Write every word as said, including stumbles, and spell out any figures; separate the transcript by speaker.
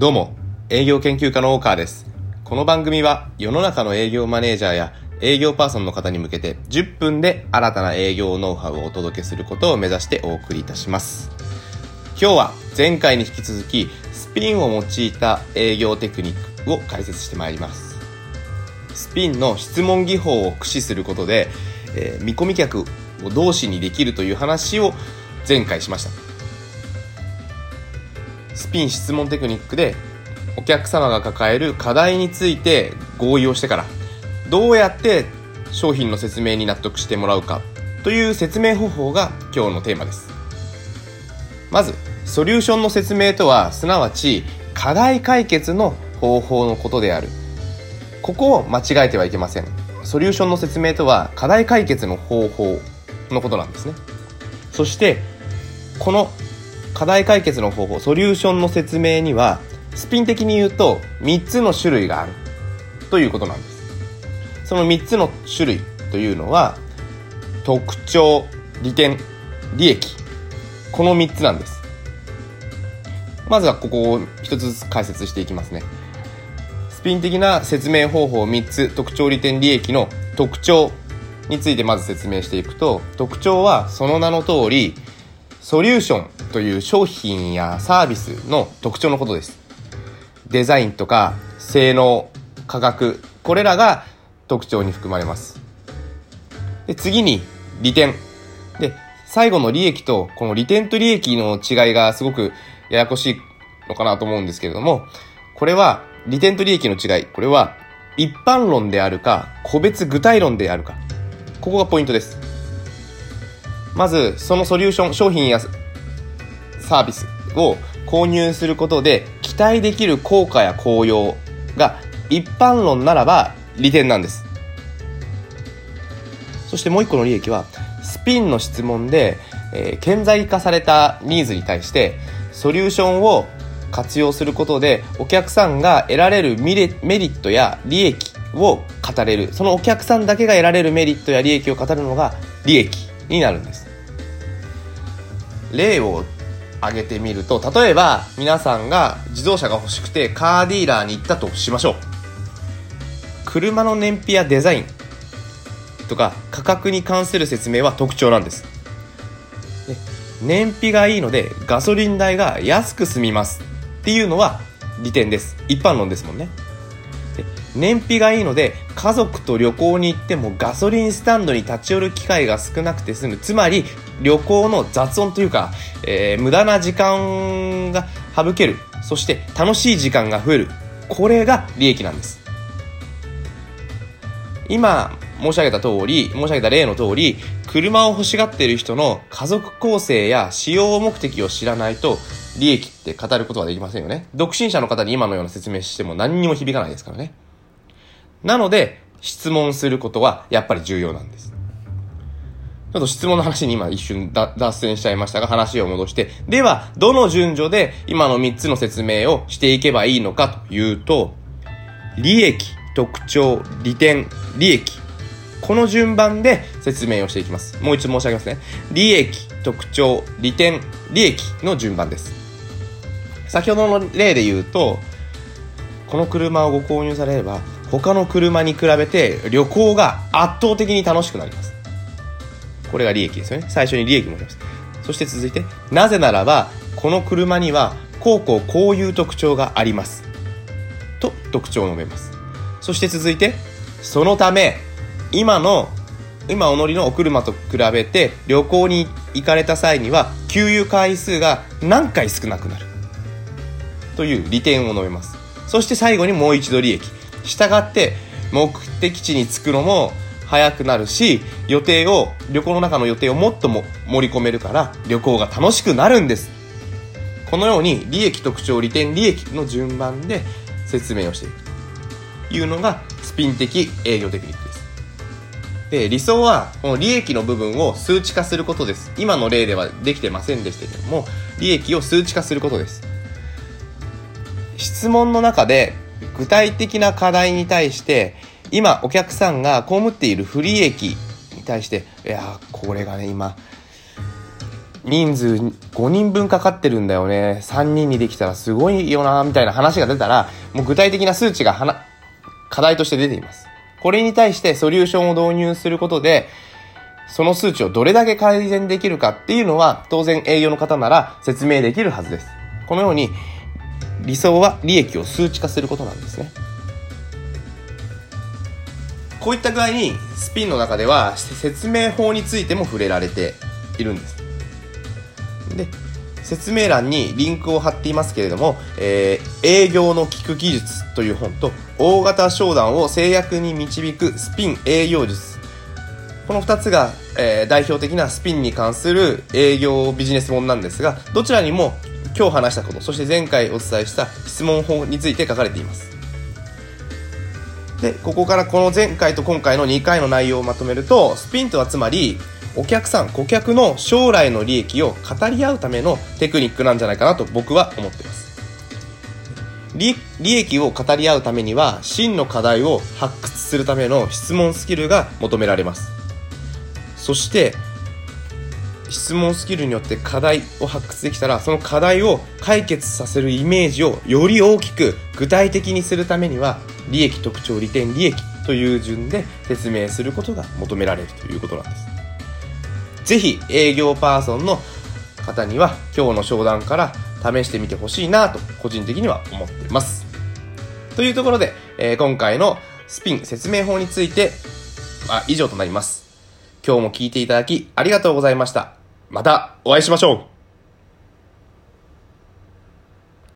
Speaker 1: どうも、営業研究家の大川です。この番組は世の中の営業マネージャーや営業パーソンの方に向けてじゅっぷんで新たな営業ノウハウをお届けすることを目指してお送りいたします。今日は前回に引き続きスピンを用いた営業テクニックを解説してまいります。スピンの質問技法を駆使することで、えー、見込み客を同士にできるという話を前回しました。スピン質問テクニックでお客様が抱える課題について合意をしてからどうやって商品の説明に納得してもらうかという説明方法が今日のテーマです。まずソリューションの説明とはすなわち課題解決の方法のことである。ここを間違えてはいけません。ソリューションの説明とは課題解決の方法のことなんですね。そしてこの課題解決の方法、ソリューションの説明にはスピン的に言うとみっつの種類があるということなんです。そのみっつの種類というのは特徴、利点、利益、このみっつなんです。まずはここを一つずつ解説していきますね。スピン的な説明方法みっつ、特徴、利点、利益の特徴についてまず説明していくと、特徴はその名の通りソリューションという商品やサービスの特徴のことです。デザインとか性能、価格、これらが特徴に含まれます。で、次に利点で、最後の利益とこの利点と利益の違いがすごくややこしいのかなと思うんですけれども、これは利点と利益の違い、これは一般論であるか個別具体論であるか、ここがポイントです。まずそのソリューション、商品やサービスを購入することで期待できる効果や効用が一般論ならば利点なんです。そしてもう一個の利益はスピンの質問で、えー、顕在化されたニーズに対してソリューションを活用することでお客さんが得られるメリットや利益を語れる、そのお客さんだけが得られるメリットや利益を語るのが利益になるんです。例を挙げてみると、例えば皆さんが自動車が欲しくてカーディーラーに行ったとしましょう。車の燃費やデザインとか価格に関する説明は特徴なんです。で、燃費がいいのでガソリン代が安く済みますっていうのは利点です。一般論ですもんね。で、燃費がいいので家族と旅行に行ってもガソリンスタンドに立ち寄る機会が少なくて済む、つまり旅行の雑音というか、えー、無駄な時間が省ける、そして楽しい時間が増える、これが利益なんです。今申し上げた通り申し上げた例の通り、車を欲しがっている人の家族構成や使用目的を知らないと利益って語ることはできませんよね。独身者の方に今のような説明しても何にも響かないですからね。なので質問することはやっぱり重要なんです。ちょっと質問の話に今一瞬脱線しちゃいましたが、話を戻して、ではどの順序で今のみっつの説明をしていけばいいのかというと、利益、特徴、利点、利益、この順番で説明をしていきます。もう一度申し上げますね。利益、特徴、利点、利益の順番です。先ほどの例で言うと、この車をご購入されれば他の車に比べて旅行が圧倒的に楽しくなります。これが利益ですよね。最初に利益もあります。そして続いて、なぜならばこの車にはこうこうこういう特徴がありますと特徴を述べます。そして続いて、そのため今の今お乗りのお車と比べて旅行に行かれた際には給油回数が何回少なくなるという利点を述べます。そして最後にもう一度利益。したがって目的地に着くのも早くなるし、予定を旅行の中の予定をもっとも盛り込めるから旅行が楽しくなるんです。このように利益、特徴、利点、利益の順番で説明をしていくというのがスピン的営業テクニックです。で、理想はこの利益の部分を数値化することです。今の例ではできてませんでしたけども、利益を数値化することです。質問の中で具体的な課題に対して今お客さんが被っている不利益に対して、いやこれがね今人数ごにんぶんかかってるんだよね。さんにんにできたらすごいよなみたいな話が出たら、もう具体的な数値がはな課題として出ています。これに対してソリューションを導入することで、その数値をどれだけ改善できるかっていうのは、当然営業の方なら説明できるはずです。このように、理想は利益を数値化することなんですね。こういった具合に、スピンの中では説明法についても触れられているんです。で、説明欄にリンクを貼っていますけれども、えー、営業の聞く技術という本と、大型商談を制約に導くスピン営業術。このふたつが、えー、代表的なスピンに関する営業ビジネス本なんですが、どちらにも今日話したこと、そして前回お伝えした質問法について書かれています。で、ここからこの前回と今回のにかいの内容をまとめると、スピンとはつまり、お客さん、顧客の将来の利益を語り合うためのテクニックなんじゃないかなと僕は思っています。利, 利益を語り合うためには、真の課題を発掘するための質問スキルが求められます。そして、質問スキルによって課題を発掘できたら、その課題を解決させるイメージをより大きく具体的にするためには、利益、特徴、利点、利益という順で説明することが求められるということなんです。ぜひ営業パーソンの方には今日の商談から試してみてほしいなと個人的には思っています。というところで、えー、今回のスピン説明法については以上となります。今日も聞いていただきありがとうございました。またお会いしましょう。